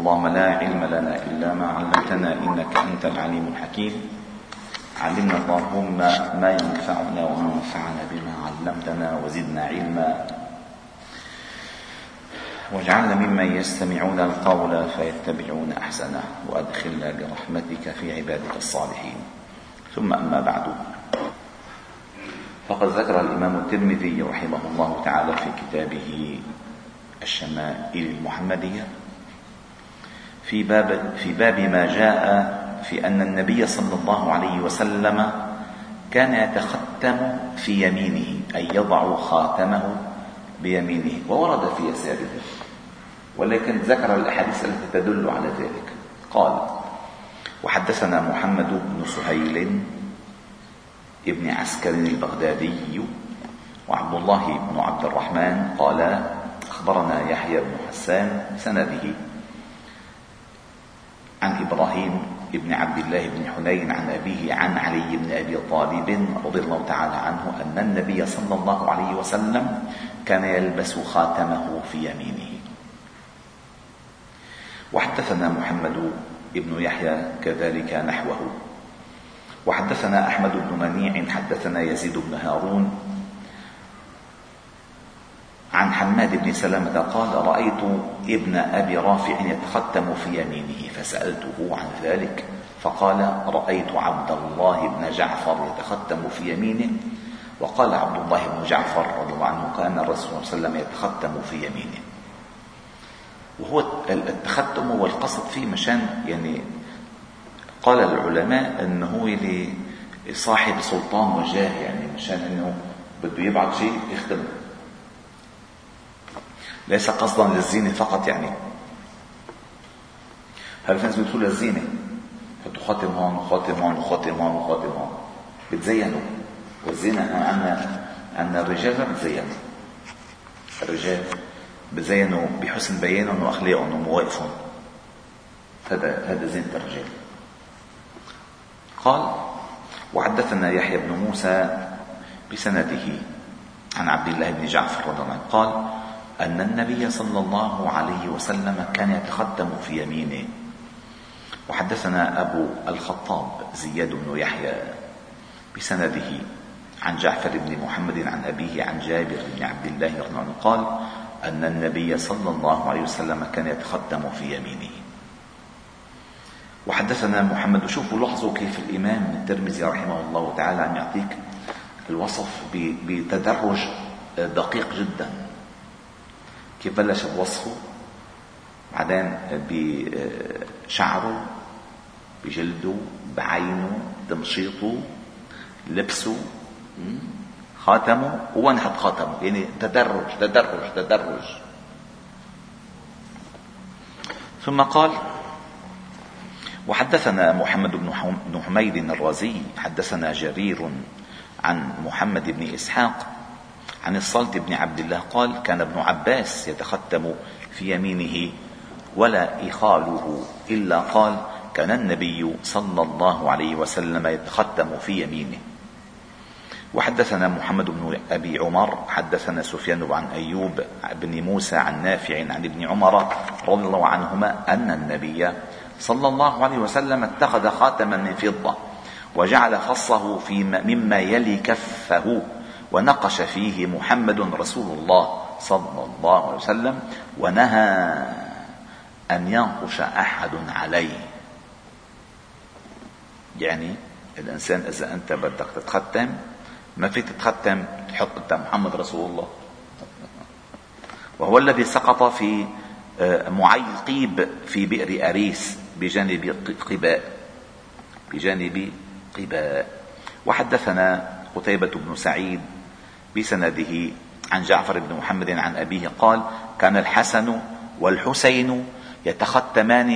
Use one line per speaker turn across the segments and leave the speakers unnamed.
اللهم لا علم لنا إلا ما علمتنا إنك أنت العليم الحكيم. علمنا اللهم ما ينفعنا وانفعنا بما علمتنا وزدنا علما، واجعلنا ممن يستمعون القول فيتبعون أحسنه، وأدخلنا برحمتك في عبادك الصالحين. ثم أما بعد، فقد ذكر الإمام الترمذي رحمه الله تعالى في كتابه الشمائل المحمدية في باب ما جاء في أن النبي صلى الله عليه وسلم كان يتختم في يمينه، أي يضع خاتمه بيمينه وورد في يساره، ولكن ذكر الأحاديث التي تدل على ذلك. قال: وحدثنا محمد بن سهيل ابن عسكر البغدادي وعبد الله بن عبد الرحمن قال: أخبرنا يحيى بن حسان سنده عن إبراهيم بن عبد الله بن حنين عن أبيه عن علي بن أبي طالب رضي الله تعالى عنه أن النبي صلى الله عليه وسلم كان يلبس خاتمه في يمينه. وحدثنا محمد بن يحيى كذلك نحوه. وحدثنا أحمد بن منيع حدثنا يزيد بن هارون عن حماد بن سلمة قال: رأيت ابن أبي رافع يتختم في يمينه فسألته عن ذلك فقال: رأيت عبد الله بن جعفر يتختم في يمينه. وقال عبد الله بن جعفر رضي الله عنه: كان الرسول صلى الله عليه وسلم يتختم في يمينه. وهو التختم والقصد فيه مشان يعني قال العلماء أنه صاحب سلطان وجاه، يعني مشان أنه بده يبعث شيء يختمه، ليس قصدا للزينة فقط. يعني هل في ناس بتقول للزينة حطوا خاتم هون وخاتم هون وخاتم هون وخاتم هون بتزينوا، والزينة عندنا الرجال ما بتزينوا. الرجال بتزينوا بحسن بيانهم وأخلاقهم ومواقفهم، هذا زينة الرجال. قال: وحدثنا يحيى بن موسى بسنده عن عبد الله بن جعفر رضي الله عنه قال: أن النبي صلى الله عليه وسلم كان يتختم في يمينه. وحدثنا أبو الخطاب زياد بن يحيى بسنده عن جعفر بن محمد عن أبيه عن جابر بن عبد الله رضي الله عنه قال: أن النبي صلى الله عليه وسلم كان يتختم في يمينه. وحدثنا محمد. شوفوا لاحظوا كيف الإمام الترمذي رحمه الله تعالى عم يعطيك الوصف بتدرج دقيق جدا. كيف بلش بوصفه، بعدين بشعره، بجلده، بعينه، تمشيطه، لبسه، خاتمه، وين حط خاتمه، يعني تدرج تدرج تدرج. ثم قال: وحدثنا محمد بن حميد الرازي حدثنا جرير عن محمد بن إسحاق عن الصلت بن عبد الله قال: كان ابن عباس يتختم في يمينه ولا إخاله إلا قال: كان النبي صلى الله عليه وسلم يتختم في يمينه. وحدثنا محمد بن أبي عمر حدثنا سفيان عن أيوب بن موسى عن نافع عن ابن عمر رضي الله عنهما أن النبي صلى الله عليه وسلم اتخذ خاتما من فضة وجعل فصه مما يلي كفه ونقش فيه محمد رسول الله صلى الله عليه وسلم ونهى أن ينقش أحد عليه. يعني الإنسان إذا أنت بدك تتختم ما في تتختم تحط أنت محمد رسول الله، وهو الذي سقط في معيقيب في بئر أريس بجانب قباء. وحدثنا قتيبة بن سعيد بسنده عن جعفر بن محمد عن أبيه قال: كان الحسن والحسين يتختمان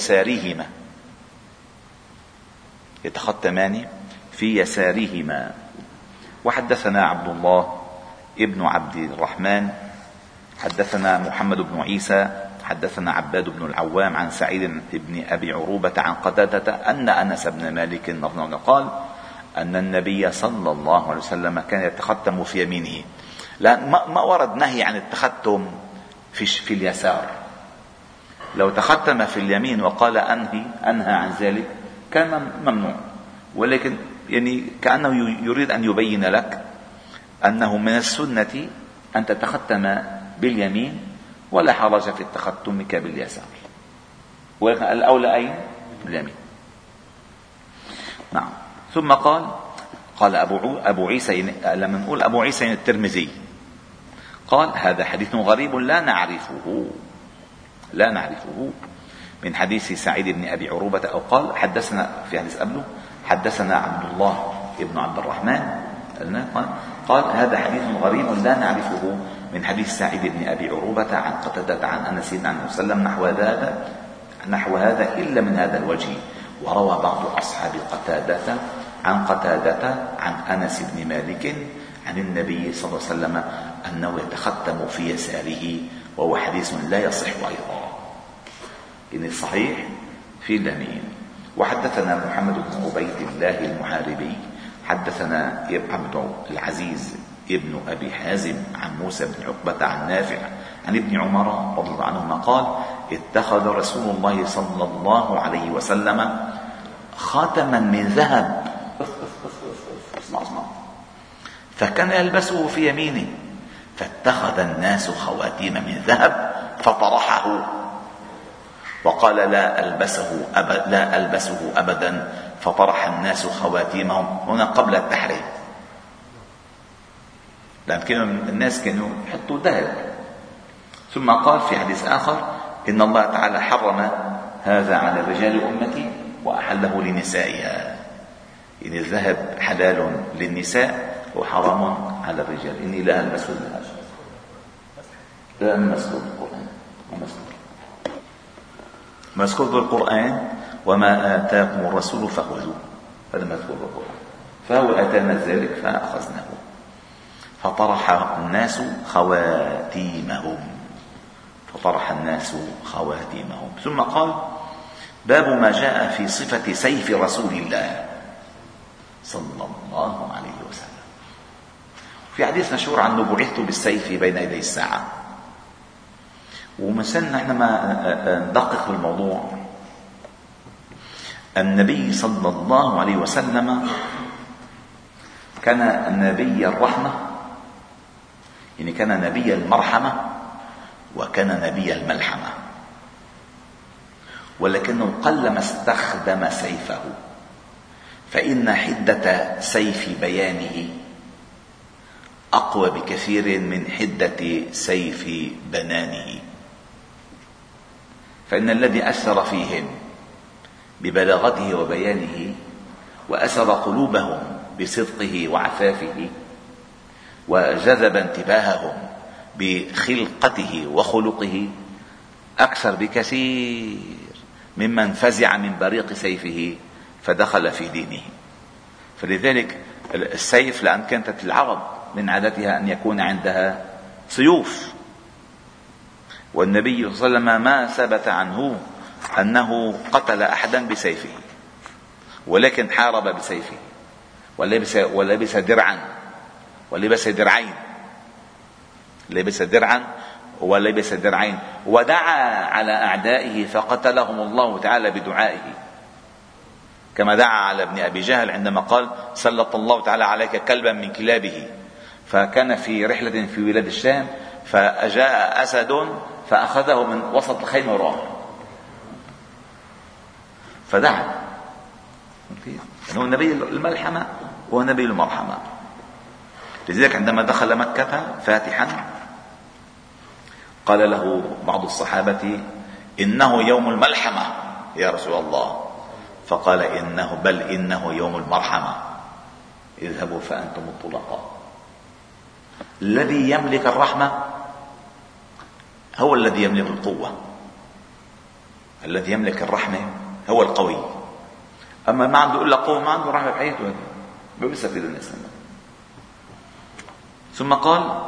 في يسارهما. وحدثنا عبد الله ابن عبد الرحمن حدثنا محمد بن عيسى حدثنا عباد بن العوام عن سعيد بن أبي عروبة عن قتادة أن أنس بن مالك رضي الله عنه قال: أن النبي صلى الله عليه وسلم كان يتختم في يمينه. لا، ما ورد نهي عن التختم في اليسار، لو تختم في اليمين وقال أنهى عن ذلك كان ممنوع، ولكن يعني كأنه يريد أن يبين لك أنه من السنة أن تتختم باليمين ولا حرج في تختمك باليسار، ولكن الأولى أين؟ باليمين. نعم. ثم قال أبو عيسى، لما نقول أبو عيسى الترمذي، قال هذا حديث غريب لا نعرفه من حديث سعيد بن أبي عروبة، أو قال حدثنا في حديث قبله حدثنا عبد الله بن عبد الرحمن، قال هذا حديث غريب لا نعرفه من حديث سعيد بن أبي عروبة عن قتادة عن أنس عن وسلم نحو هذا إلا من هذا الوجه. وروى بعض أصحاب قتادة عن أنس بن مالك عن النبي صلى الله عليه وسلم أنه يتختم في يساره، وهو حديث لا يصح أيضا، إن الصحيح في اليمين. وحدثنا محمد بن عبيد الله المحاربي حدثنا عبد العزيز ابن أبي حازم عن موسى بن عقبة عن نافع عن ابن عمر رضي الله عنهما قال اتخذ رسول الله صلى الله عليه وسلم خاتما من ذهب فكان يلبسه في يمينه، فاتخذ الناس خواتيم من ذهب فطرحه وقال لا ألبسه أبدا، فطرح الناس خواتيمهم. هنا قبل التحريم، لكن الناس كانوا يحطوا ذهب. ثم قال في حديث آخر إن الله تعالى حرم هذا على رجال أمتي وأحله لنسائها، إن الذهب حلال للنساء وحرام على الرجال. إني لا ألبس الذهب، لا مذكور بالقرآن، مذكور بالقرآن وما آتاكم الرسول فخذوه، هذا مذكور بالقرآن، فهو آتانا ذلك فأخذناه. فطرح الناس خواتيمهم. ثم قال باب ما جاء في صفة سيف رسول الله صلى الله عليه وسلم. في حديث مشهور عنه بعثت بالسيف بين يدي الساعة، ومثلا نحن ما ندقق بالموضوع. النبي صلى الله عليه وسلم كان نبي الرحمة، يعني كان نبي المرحمة وكان نبي الملحمة، ولكنه قلما استخدم سيفه، فإن حدة سيف بيانه أقوى بكثير من حدة سيف بنانه. فإن الذي أثر فيهم ببلاغته وبيانه وأسر قلوبهم بصدقه وعفافه وجذب انتباههم بخلقته وخلقه أكثر بكثير ممن فزع من بريق سيفه فدخل في دينه. فلذلك السيف، لأن كانت العرب من عادتها أن يكون عندها سيوف، والنبي صلى الله عليه وسلم ما ثبت عنه أنه قتل أحدا بسيفه، ولكن حارب بسيفه ولبس درعا ولبس درعين ودعا على أعدائه فقتلهم الله تعالى بدعائه، كما دعا على ابن أبي جهل عندما قال سلط الله تعالى عليك كلبا من كلابه. فكان في رحلة في بلاد الشام فأجاء أسد فأخذه من وسط الخيمة وراه فدعا، أنه نبي الملحمة ونبي المرحمة. لذلك عندما دخل مكة فاتحا قال له بعض الصحابة إنه يوم الملحمة يا رسول الله، فقال إنه يوم المرحمة، اذهبوا فأنتم الطلقاء. الذي يملك الرحمة هو الذي يملك القوة، الذي يملك الرحمة هو القوي. أما ما عنده إلا قوة ما عنده رحمة بحياته، ما بيستفيد الناس. ثم قال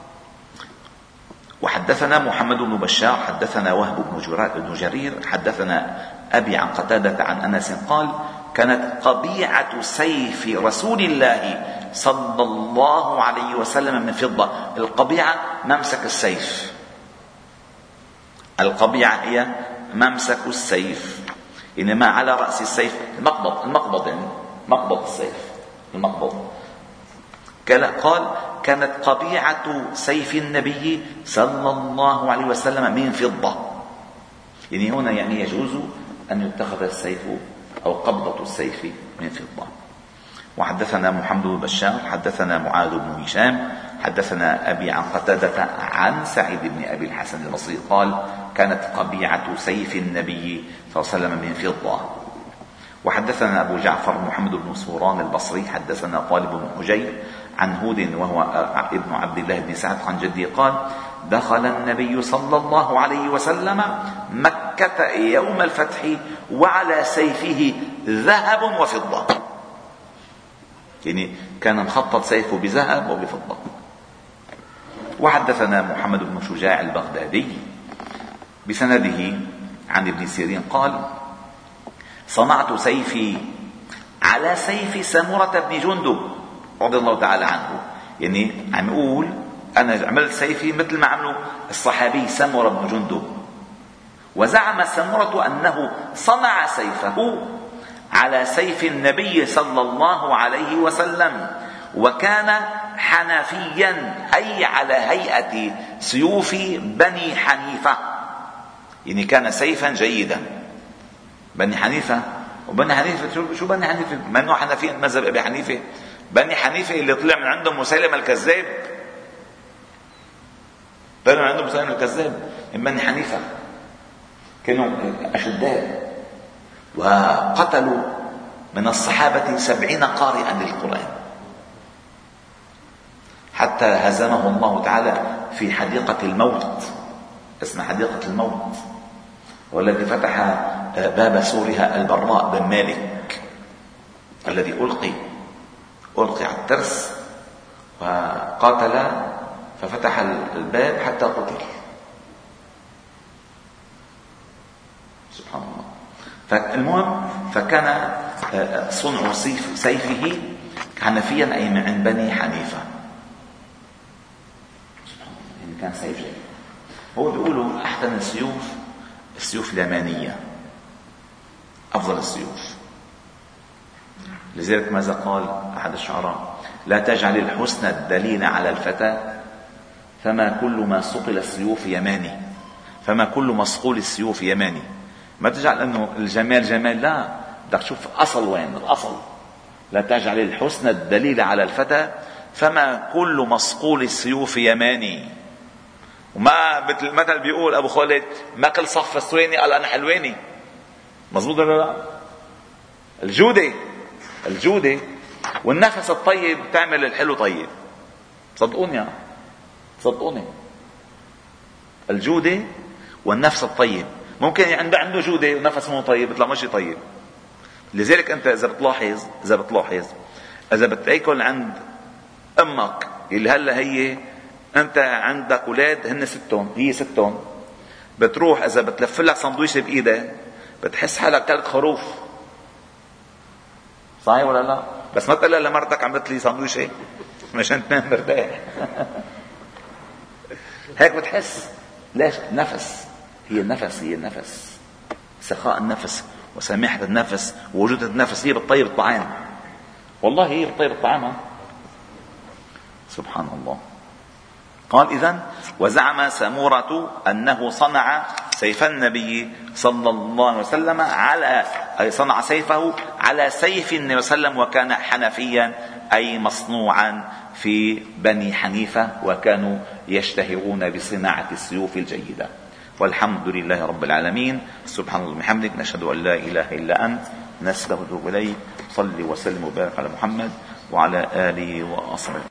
وحدثنا محمد بن بشار حدثنا وهب بن جرير حدثنا أبي عن قتادة عن أنس قال كانت قبيعة سيف رسول الله صلى الله عليه وسلم من فضة. القبيعة ممسك السيف، القبيعة هي ممسك السيف، إنما على رأس السيف المقبض يعني مقبض السيف، المقبض. قال كانت قبيعة سيف النبي صلى الله عليه وسلم من فضة. يعني هنا يعني يجوز أن يتخذ السيف أو قبضة السيف من فضة. وحدثنا محمد بن بشار حدثنا معاذ بن هشام حدثنا أبي عن قتادة عن سعيد بن أبي الحسن البصري قال كانت قبيعة سيف النبي صلى الله عليه وسلم من فضة. وحدثنا أبو جعفر محمد بن سوران البصري حدثنا طالب بن حجير عن هود وهو ابن عبد الله بن سعد عن جده قال دخل النبي صلى الله عليه وسلم مكة يوم الفتح وعلى سيفه ذهب وفضة. يعني كان مخطط سيفه بذهب وبفضة. وحدثنا محمد بن شجاع البغدادي بسنده عن ابن سيرين قال صنعت سيفي على سيف سمرة بن جندب رضي الله تعالى عنه. يعني عم يقول أنا عملت سيفي مثل ما عملوا الصحابي سمرة بن جندب. وزعم سمرة أنه صنع سيفه على سيف النبي صلى الله عليه وسلم وكان حنفيا أي على هيئة سيوف بني حنيفة. يعني كان سيفا جيدا. بني حنيفة وبني حنيفة شو بني حنيفة؟ ما انه حنفيين مذهب ابي حنيفة. بني حنيفة اللي طلع من عندهم مسيلمة الكذاب. طلع من عندهم مسيلمة الكذاب من بني حنيفة كانوا أشداء وقتلوا من الصحابة 70 قارئا للقرآن حتى هزمه الله تعالى في حديقة الموت اسمها حديقة الموت والذي فتح باب سورها البراء بن مالك الذي ألقي على الترس وقاتل ففتح الباب حتى قتل. سبحان الله. فالمهم فكان صنع سيفه حنفيا أي من بني حنيفة. سبحان الله. يعني كان سيف جيد. هو بيقولوا أحسن السيوف اليمانية أفضل السيوف. لذلك ماذا قال أحد الشعراء لا تجعل الحسن الدليل على الفتى فما كل ما صقل السيوف يماني. فما كل مصقول السيوف يماني. ما تجعل أنه الجمال جمال، لا بدك تشوف أصل وين الأصل. لا تجعل الحسن الدليل على الفتى فما كل مصقول السيوف يماني. وما مثل المثل بيقول أبو خالد ما كل صف السويني قال أنا حلواني. مظبوط ولا لا؟ الجودة والنفس الطيب تعمل الحلو طيب. صدقوني الجودة والنفس الطيب. ممكن عنده جودة ونفس مو طيب يطلع ماشي طيب. لذلك أنت إذا بتلاحظ إذا بتأكل عند أمك اللي هلا هي أنت عندك أولاد هن 6 هي 6 بتروح إذا بتلف لك صندويشة بإيدك بتحس حالك 3 خروف. صحيح ولا لا؟ بس ما تقول لمرتك عملت لي صندويشة مشان تنام مرتاح. هيك بتحس. ليش؟ هي النفس سخاء النفس وسماحة النفس ووجود النفس هي بتطيب الطعام. والله هي بتطيب الطعام. سبحان الله. قال إذن وزعم سمورة أنه صنع سيف النبي صلى الله عليه وسلم صنع سيفه على سيف النبي صلى الله عليه وسلم وكان حنفيا أي مصنوعا في بني حنيفة وكانوا يشتهرون بصناعة السيوف الجيدة. والحمد لله رب العالمين. سبحان الله وبحمدك نشهد أن لا إله إلا أنت نستغفرك إليك. صل وسلم وبارك على محمد وعلى آله وأصحابه.